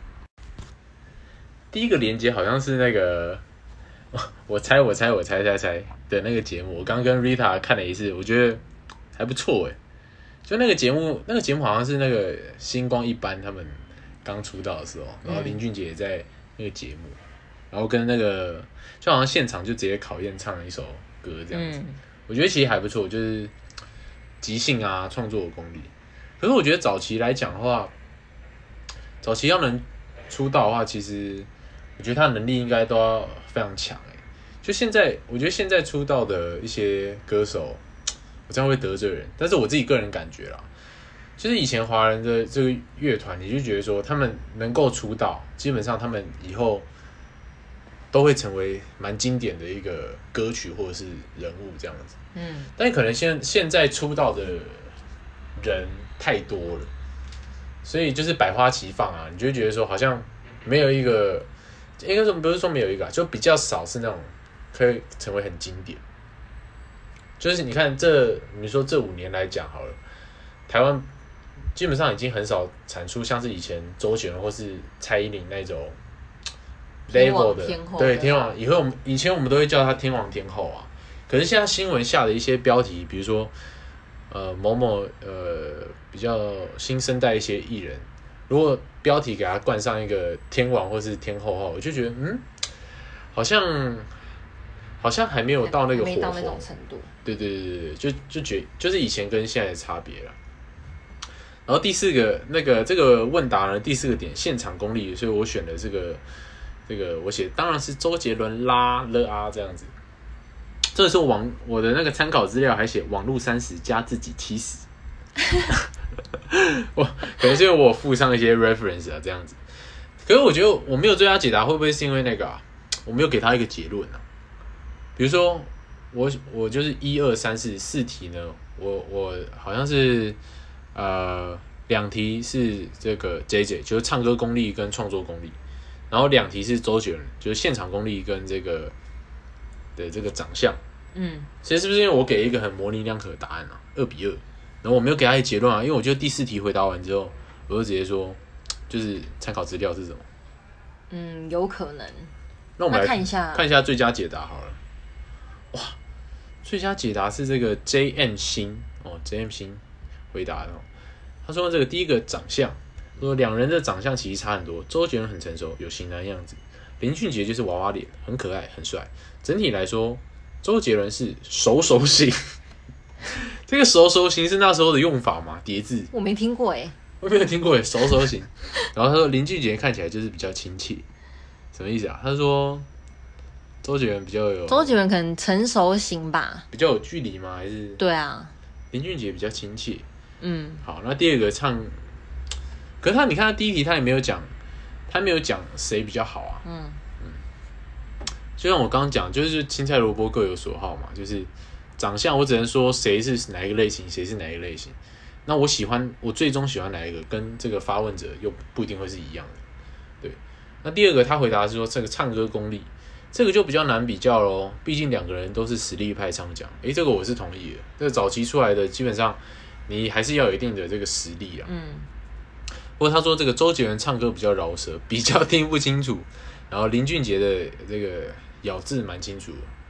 第一个连结好像是那个。我猜的那个节目，我刚跟 Rita 看了一次，我觉得还不错诶。就那个节目好像是那个星光一班他们刚出道的时候，然后林俊杰也在那个节目，然后跟那个就好像现场就直接考验唱了一首歌这样子，我觉得其实还不错，就是即兴啊创作的功力。可是我觉得早期来讲的话，早期要能出道的话，其实我觉得他的能力应该都要非常强就现在，我觉得现在出道的一些歌手，我这样会得罪人，但是我自己个人感觉啦，就是以前华人的这个乐团，你就觉得说他们能够出道，基本上他们以后都会成为蛮经典的一个歌曲或者是人物这样子。但可能现在出道的人太多了，所以就是百花齐放啊，你就会觉得说好像没有一个，应该说不是说没有一个，就比较少是那种可以成为很经典。就是你看你说这5年来讲好了，台湾基本上已经很少产出像是以前周杰伦或是蔡依林那种 level 的，对，天王。以前我们都会叫他天王天后啊。可是现在新闻下的一些标题，比如说某某比较新生代一些艺人，如果标题给他冠上一个天王或是天后的话，我就觉得好像还没有到那个火候， 没到那种程度。 对，就是以前跟现在的差别了。然后第4个这个问答呢，第4个点现场功力，所以我选的这个我写当然是周杰伦啦了啊这样子。这个时候我的那个参考资料还写网路30加自己70，可能是因为我附上一些 reference 啊这样子。可是我觉得我没有最佳解答，会不会是因为那个我没有给他一个结论啊？比如说我就是1、2、3、4题呢，我好像是2题是这个 JJ， 就是唱歌功力跟创作功力，然后2题是周杰伦，就是现场功力跟这个的这个长相。其实是不是因为我给一个很模棱两可的答案啊？2比2，然后我没有给他一个结论啊，因为我觉得第4题回答完之后，我就直接说，就是参考资料是什么？ 有可能。 那我们来看一下最佳解答好了。哇，最佳解答是这个 JM 星JM 星回答的他说这个第一个长相，说2人的长相其实差很多，周杰伦很成熟，有型男样子，林俊杰就是娃娃脸，很可爱很帅。整体来说，周杰伦是熟型。这个熟型是那时候的用法吗？叠字我没听过我没有听过熟型。然后他说林俊杰看起来就是比较亲切，什么意思啊？他说周杰伦比较有， 周杰伦可能成熟型吧， 比较有距离吗？还是对啊， 林俊杰比较亲切。好，那第2个唱，可是你看他第1题他也没有讲，谁比较好啊？就像我刚刚讲，就是青菜萝卜各有所好嘛，就是长相，我只能说谁是哪一个类型，谁是哪一个类型。那我最终喜欢哪一个，跟这个发问者又不一定会是一样的。对，那第2个他回答是说这个唱歌功力，这个就比较难比较咯，毕竟2个人都是实力派唱将。这个我是同意的。这个早期出来的基本上你还是要有一定的这个实力啊。不过他说这个周杰伦唱歌比较饶舌，比较听不清楚，然后林俊杰的这个咬字蛮清楚的，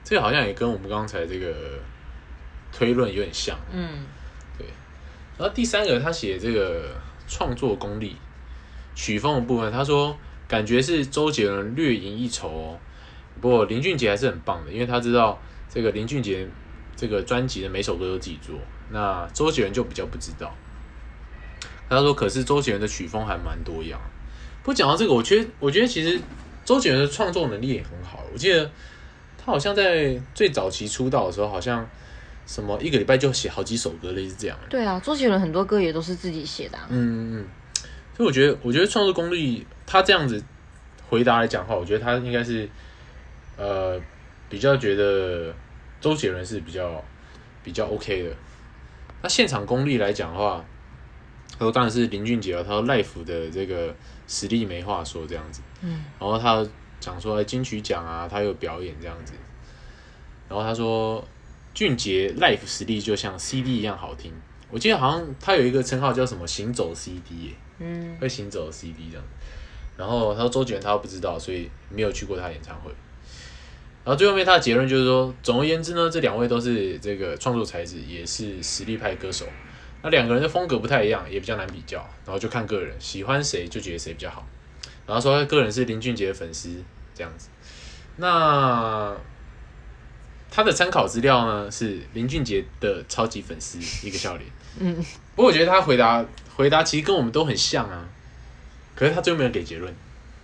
这个好像也跟我们刚才这个推论有点像。对。然后第三个，他写这个创作功力、曲风的部分，他说感觉是周杰伦略赢一筹哦。不过林俊杰还是很棒的，因为他知道这个林俊杰这个专辑的每首歌都自己做，那周杰伦就比较不知道。他说，可是周杰伦的曲风还蛮多样。不过讲到这个，我觉得其实周杰伦的创作能力也很好。我记得他好像在最早期出道的时候，好像什么一个礼拜就写好几首歌，类似这样。 对啊，周杰伦很多歌也都是自己写的。 所以我觉得创作功力，他这样子回答来讲的话，我觉得他应该是比较觉得周杰伦是比较 OK 的。那现场功力来讲的话，他说当然是林俊杰，他说live的这个实力没话说这样子。然后他讲说金曲奖啊，他有表演这样子。然后他说俊杰 live 实力就像 CD 一样好听。我记得好像他有一个称号叫什么行走 CD 会行走的 CD 这样。然后他说周杰伦他都不知道，所以没有去过他的演唱会。然后最后面他的结论就是说，总而言之呢，这两位都是这个创作才子，也是实力派歌手。那两个人的风格不太一样，也比较难比较，然后就看个人喜欢谁就觉得谁比较好。然后说他个人是林俊杰的粉丝这样子。那他的参考资料呢是林俊杰的超级粉丝，一个笑脸。不过我觉得他回答其实跟我们都很像啊，可是他最后没有给结论。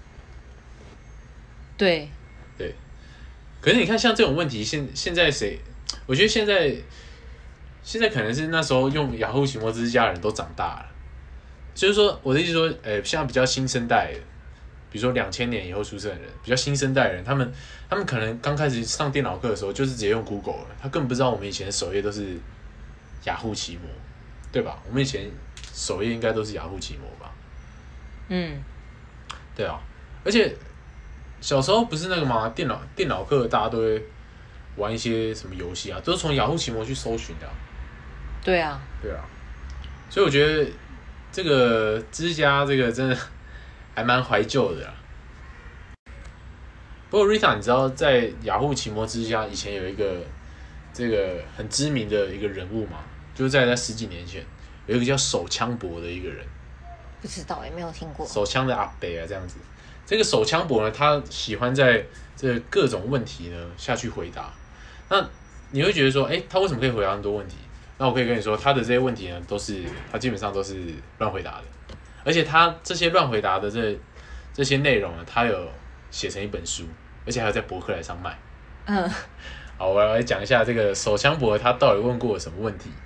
对。 可是你看，像这种问题，现在谁？我觉得现在可能是那时候用雅虎奇摩之家的人都长大了，就是说我的意思说，现在比较新生代的，比如说2000年以后出生的人，比较新生代的人，他们可能刚开始上电脑课的时候，就是直接用 Google 了，他根本不知道我们以前的首页都是雅虎奇摩，对吧？我们以前首页应该都是雅虎奇摩吧？对啊，而且。小时候不是那个吗？电脑课大家都会玩一些什么游戏啊，都是从雅虎奇摩去搜寻的。 对啊， 所以我觉得这个之家这个真的还蛮怀旧的啦。不过 Rita， 你知道在雅虎奇摩之家以前有一个这个很知名的一个人物吗？就是在10几年前有一个叫手枪伯的一个人。 不知道，也没有听过。 手枪的阿伯啊，这样子。这个手枪伯呢，他喜欢在这各种问题呢下去回答。那你会觉得说，他为什么可以回答那么多问题？那我可以跟你说，他的这些问题呢，他基本上都是乱回答的，而且他这些乱回答的这些内容呢，他有写成一本书，而且还有在博客来上卖。好，我来讲一下这个手枪伯他到底问过什么问题。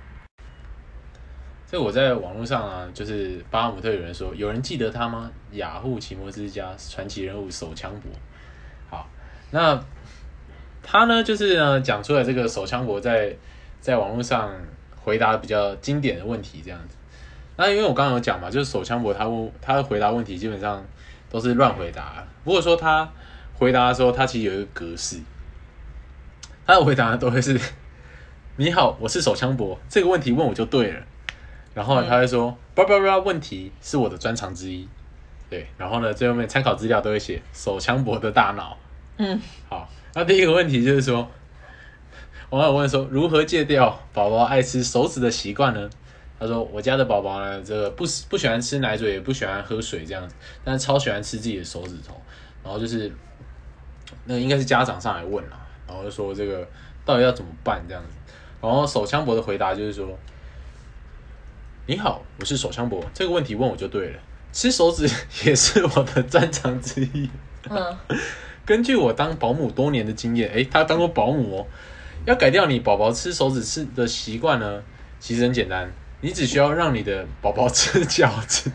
这个我在网络上啊，就是巴哈姆特有人说，有人记得他吗？雅虎奇摩之家传奇人物手枪伯。好，那他呢，就是呢讲出来这个手枪伯在网络上回答比较经典的问题这样子。那因为我刚刚有讲嘛，就是手枪伯他回答问题基本上都是乱回答。不过说他回答的时候，他其实有一个格式，他的回答都会是：你好，我是手枪伯，这个问题问我就对了。然后他会说，问题是我的专长之一，对。然后呢，最后面参考资料都会写手枪伯的大脑。好，那第一个问题就是说，网友问说，如何戒掉宝宝爱吃手指的习惯呢？他说，我家的宝宝呢，这个不喜欢吃奶嘴，也不喜欢喝水这样子，但是超喜欢吃自己的手指头。然后就是那应该是家长上来问啦，然后就说这个到底要怎么办这样子。然后手枪伯的回答就是说。你好，我是手枪伯，这个问题问我就对了。吃手指也是我的专长之一。根据我当保姆多年的经验，他当过保姆哦。要改掉你宝宝吃手指的习惯呢，其实很简单，你只需要让你的宝宝吃饺子。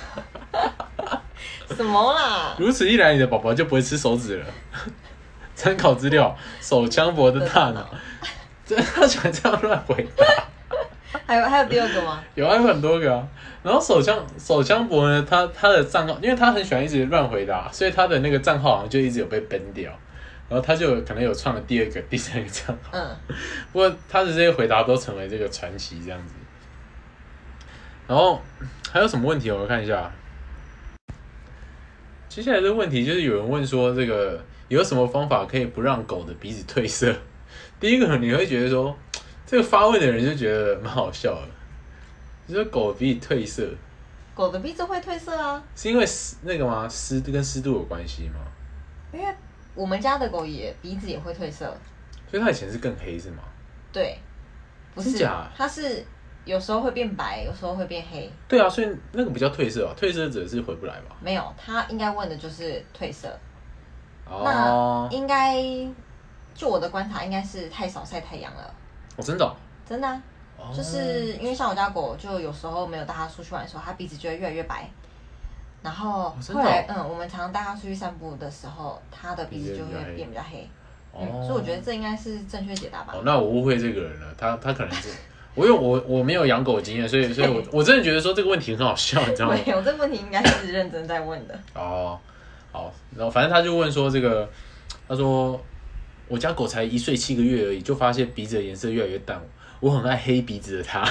什么啦？ 如此一来，你的宝宝就不会吃手指了。参考资料：手枪伯的大脑。他喜欢这样乱回答。 还有第二个吗？ 有很多个啊。然后手枪伯呢，他的账号，因为他很喜欢一直乱回答，所以他的那个账号好像就一直有被 ban 掉。然后他就可能有创了第二个、第三个账号。不过他的这些回答都成为这个传奇这样子。然后还有什么问题？我看一下。接下来这个问题就是有人问说，这个有什么方法可以不让狗的鼻子褪色？第一个你会觉得说，这个发问的人就觉得蛮好笑的。你说狗的鼻子褪色， 狗的鼻子会褪色啊？ 是因为那个吗？跟湿度有关系吗？ 因为我们家的狗鼻子也会褪色， 所以它以前是更黑是吗？ 对，不是，它是有时候会变白，有时候会变黑。 对啊，所以那个不叫褪色啊，褪色者是回不来吧？ 没有，他应该问的就是褪色。 哦， 那应该就我的观察，应该是太少晒太阳了。 哦，真的、哦？ 真的、啊。就是因为像我家狗，就有时候没有带它出去玩的时候，它鼻子就会越来越白。然后后来，我们常常带它出去散步的时候，它的鼻子就会变比较黑。所以我觉得这应该是正确解答吧。 那我误会这个人了，他可能是因为我没有养狗经验，所以我真的觉得说这个问题很好笑，你知道吗？ 没有，这个问题应该是认真在问的。 哦，好，然后反正他就问说这个，他说我家狗才1岁7个月而已，就发现鼻子的颜色越来越淡，我很爱黑鼻子的它。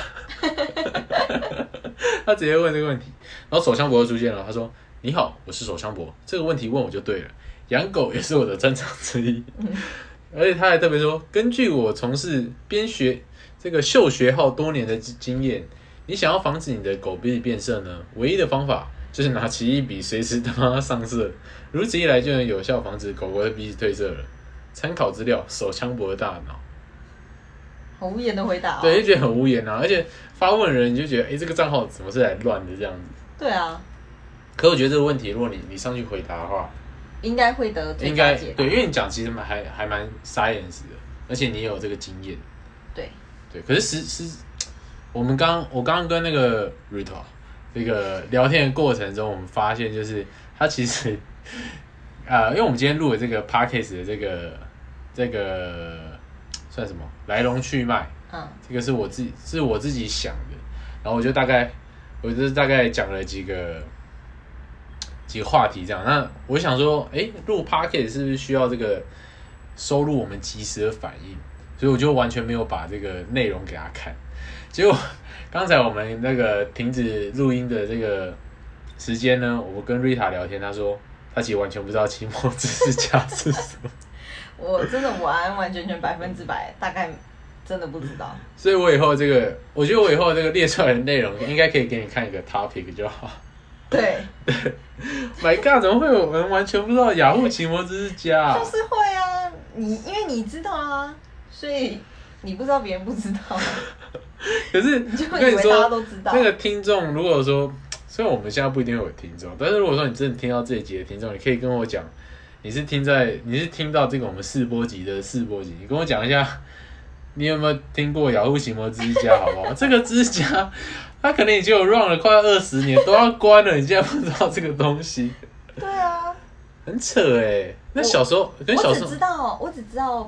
他直接问这个问题，然后手枪伯就出现了，他说：“你好，我是手枪伯，这个问题问我就对了，养狗也是我的专长之一。”而且他还特别说，根据我从事编学这个嗅学号多年的经验，你想要防止你的狗鼻子变色呢，唯一的方法就是拿奇异笔随时帮它上色，如此一来就能有效防止狗狗的鼻子褪色了。参考资料：手枪伯的大脑。 好无言的回答、哦。 对，就觉得很无言啊，而且发问的人就觉得，这个账号怎么是来乱的这样子？ 对啊。 可我觉得这个问题，如果你上去回答的话， 应该会得最佳解答。 对，因为你讲其实还蛮 science 的，而且你也有这个经验。 对。 可是我刚刚跟那个 Rita 这个聊天的过程中，我们发现就是他其实因为我们今天录的这个 podcast 的这个算什么来龙去脉，这个是我自己想的，然后我就大概讲了几个话题这样。那我想说，录 podcast 是不是需要这个收录我们及时的反应？所以我就完全没有把这个内容给他看。结果刚才我们那个停止录音的这个时间呢，我跟 Rita 聊天，他说他其实完全不知道期末知识家是什么。 我真的完完全全100%，大概真的不知道。 所以我觉得我以后这个列出来的内容，应该可以给你看一个 topic 就好。 对。 My God， 怎么会有人完全不知道雅虎奇摩知识家？ 就是会啊，因为你知道啊，所以你不知道别人不知道。 可是你就以为大家都知道。 那个听众如果说，虽然我们现在不一定会有听众，但是如果说你真的听到这一集的听众，你可以跟我讲，你是听到这个我们试播集的试播集，你跟我讲一下，你有没有听过雅虎奇摩知识家，好不好？这个知识家，他可能已经有 run 了快20年，都要关了，你竟然不知道这个东西？ 对啊， 很扯那小时候跟小时候， 我只知道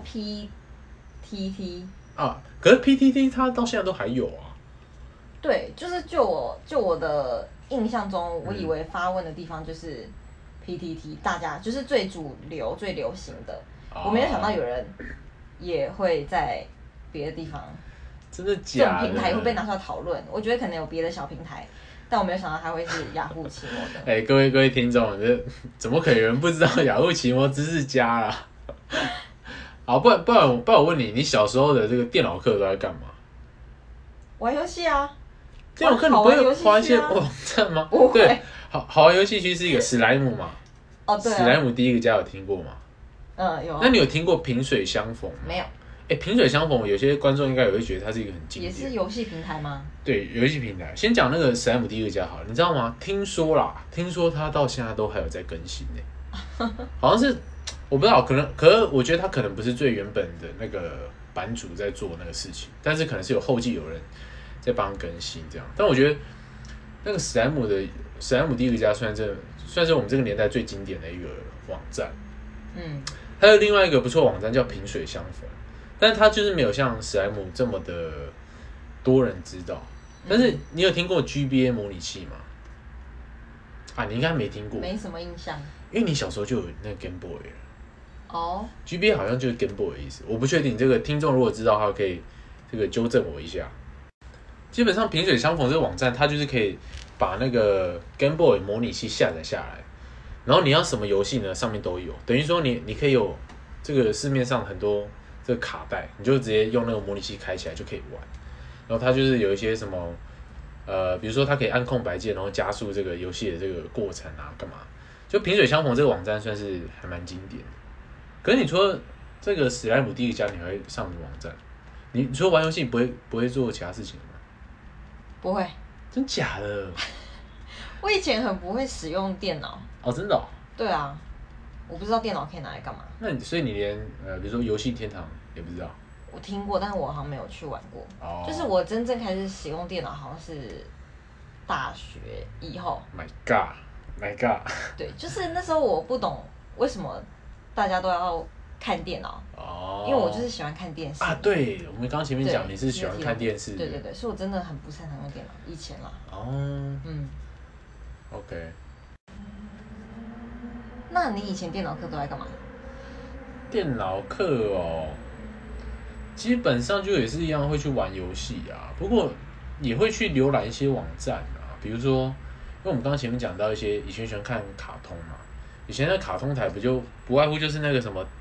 PTT 啊，可是 PTT 它到现在都还有啊。 对，就是就我的印象中，我以为发问的地方就是 PTT， 大家就是最主流、最流行的。我没有想到有人也会在别的地方， 真的假的？ 这种平台会被拿出来讨论。我觉得可能有别的小平台，但我没有想到它会是雅虎奇摩的。 各位听众，怎么可能有人不知道雅虎奇摩知识家啦？好，不然我问你，你小时候的这个电脑课都在干嘛？ 玩游戏啊。 电脑课你不会玩一些网站吗？ 不会。 对，好玩游戏区是一个史莱姆嘛？ 哦，对、啊。 史莱姆第一个家有听过吗？ 有、啊。 那你有听过萍水相逢吗？ 没有。 萍水相逢，有些观众应该也会觉得它是一个很经典。 也是游戏平台吗？ 对，游戏平台。先讲那个史莱姆第一个家好了，你知道吗？听说它到现在都还有在更新呢。好像是我不知道，可是我觉得它可能不是最原本的那个版主在做那个事情，但是可能是有后继有人在帮更新这样。但我觉得那个史莱姆第一个家算是我们这个年代最经典的一个网站。还有另外一个不错网站叫萍水相逢，但是它就是没有像史莱姆这么的多人知道。但是你有听过 GBA 模拟器吗？你应该没听过， 没什么印象， 因为你小时候就有那个 Game Boy 了。 哦。 GBA 好像就是 Game Boy 的意思，我不确定。这个听众如果知道的话，可以这个纠正我一下。基本上萍水相逢这个网站，它就是可以把那个 Game Boy 模拟器下载下来， 然后你要什么游戏呢？上面都有，等于说你可以有这个市面上很多这个卡带，你就直接用那个模拟器开起来就可以玩。然后它就是有一些什么比如说它可以按空白键，然后加速这个游戏的这个过程啊，干嘛？就萍水相逢这个网站算是还蛮经典的。可是你除了这个史莱姆第一家，你还会上什么网站？你除了玩游戏，不会做其他事情吗？ 不会。 真假的？ 我以前很不会使用电脑。 哦，真的哦？ 对啊，我不知道电脑可以拿来干嘛。 所以你连比如说游戏天堂也不知道？ 我听过，但是我好像没有去玩过。 哦。 就是我真正开始使用电脑，好像是大学以后。 My God, My God。 对，就是那时候我不懂为什么大家都要看电脑。哦。因为我就是喜欢看电视。 啊，对，我们刚刚前面讲你是喜欢看电视的。 对对对，所以我真的很不擅长用电脑，以前啦。 哦。嗯。OK。 那你以前电脑课都在干嘛？ 电脑课哦，基本上就也是一样会去玩游戏啊，不过也会去浏览一些网站啊，比如说，因为我们刚刚前面讲到一些以前喜欢看卡通嘛，以前的卡通台不外乎就是那个什么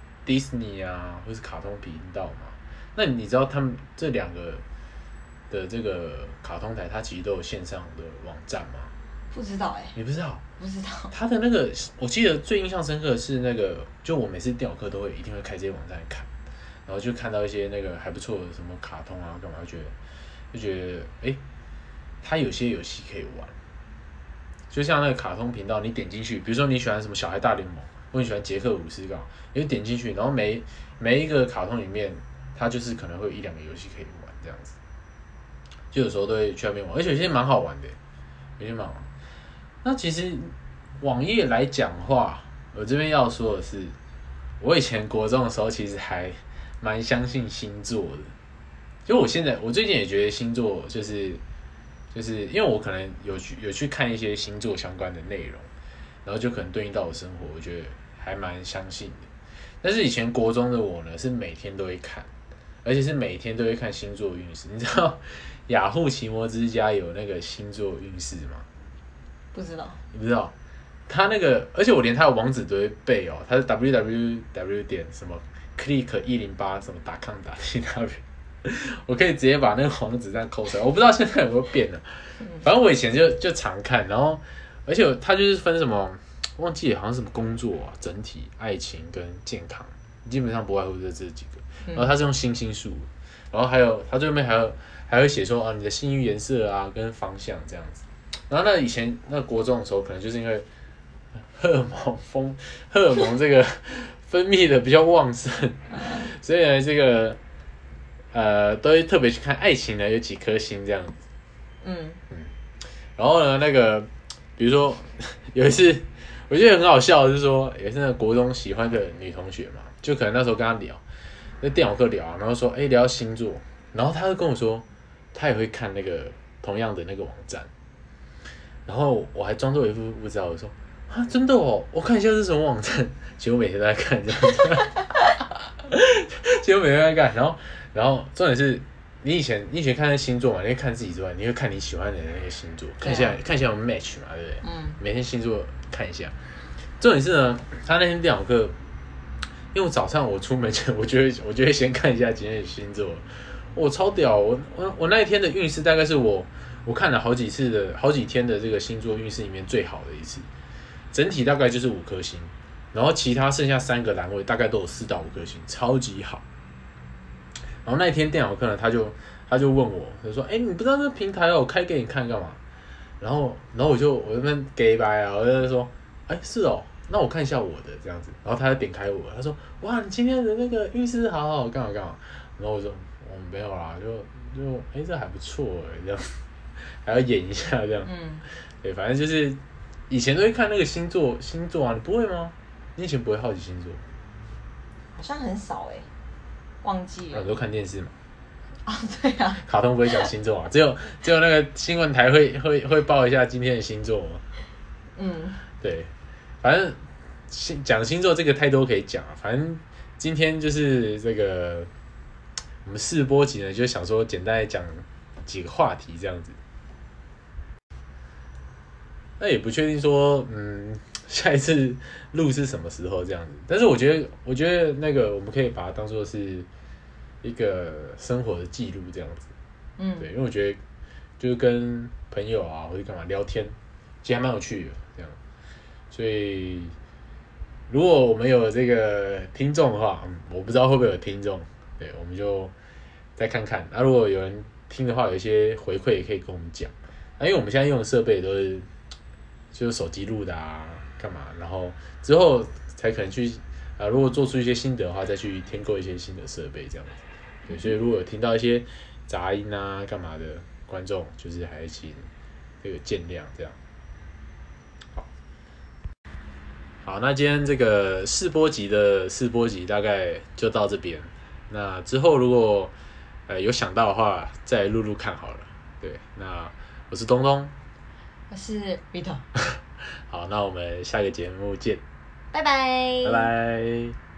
Disney 啊，或是卡通频道嘛。那你知道他们这两个的这个卡通台，它其实都有线上的网站吗？ 不知道你不知道？ 不知道。 他的那个，我记得最印象深刻的是那个，就我每次电脑课一定会开这些网站看，然后就看到一些那个还不错的什么卡通啊，干嘛就觉得他有些游戏可以玩，就像那个卡通频道，你点进去，比如说你喜欢什么小孩大联盟，或你喜欢杰克武士，你就点进去，然后每一个卡通里面，它就是可能会有1-2个游戏可以玩这样子，就有时候都会去那边玩，而且有些蛮好玩的，有些蛮好玩。那其实网页来讲的话，我这边要说的是，我以前国中的时候其实还蛮相信星座的。就我最近也觉得星座就是因为我可能有去看一些星座相关的内容，然后就可能对应到我生活，我觉得还蛮相信的。但是以前国中的我呢，是每天都会看，而且是每天都会看星座运势。你知道雅虎奇摩之家有那个星座运势吗？ 不知道。 你不知道？他那个，而且我连他的网址都会背哦，他是 www 点什么 click 108什么.com.tw， 我可以直接把那个网址这样抠出来。我不知道现在有没有变了，反正我以前就常看，然后而且他就是分什么忘记了，好像什么工作啊、整体、爱情跟健康，基本上不外乎这几个。然后他是用星星数，然后还有他最后面还会写说你的幸运颜色啊跟方向这样子。然后以前国中的时候，可能就是因为荷尔蒙这个分泌的比较旺盛，所以呢这个都会特别去看爱情呢有几颗星这样子。然后呢比如说有一次我觉得很好笑，就是说也是那个国中喜欢的女同学嘛，就可能那时候跟她聊，在电脑课聊，然后说聊星座，然后她就跟我说她也会看那个同样的那个网站。然后我还装作一副不知道，我说真的哦，我看一下是什么网站。结果每天都在看这样子，结果每天都在看。然后重点是你以前看星座嘛，你会看自己之外，你会看你喜欢的那个星座，看一下有 match 嘛，对不对？每天星座看一下。重点是呢，他那天电脑课，因为我早上我出门前，我就会先看一下今天的星座。我超屌！我那一天的运势大概是我看了好几天的这个星座运势里面最好的一次，整体大概就是5颗星，然后其他剩下3个栏位大概都有4到5颗星，超级好。然后那一天电脑课呢，他就问我，他说：“你不知道这平台我开给你看干嘛？”然后我就那边给白啊，我就说：“是哦，那我看一下我的这样子。”然后他就点开我，他说：“哇，你今天的那个运势好好，干嘛？”然后我说：“没有啦，就这还不错这样。”还要演一下这样，对，反正就是以前都会看那个星座啊，你不会吗？你以前不会好奇星座？ 好像很少忘记了。 你都看电视嘛？ 对啊。 卡通不会讲星座啊，只有那个新闻台会报一下今天的星座嘛。对，反正讲星座这个太多可以讲啊，反正今天就是这个我们试播集呢，就想说简单来讲几个话题这样子。那也不确定说， 下一次录是什么时候这样子。但是我觉得那个我们可以把它当做是一个生活的记录这样子。对，因为我觉得就是跟朋友啊或者干嘛聊天，其实还蛮有趣的这样。所以如果我们有这个听众的话，我不知道会不会有听众，对，我们就再看看。如果有人听的话，有一些回馈也可以跟我们讲。因为我们现在用的设备都是就是手机录的啊，干嘛？然后之后才可能去如果做出一些心得的话，再去添购一些新的设备这样子。对，所以如果有听到一些杂音啊、干嘛的，观众就是还是请这个见谅这样。好，那今天这个试播集大概就到这边。那之后如果有想到的话，再录录看好了。对，那我是东东， 我是 Rita。 好，那我们下个节目见， 拜拜， 拜拜。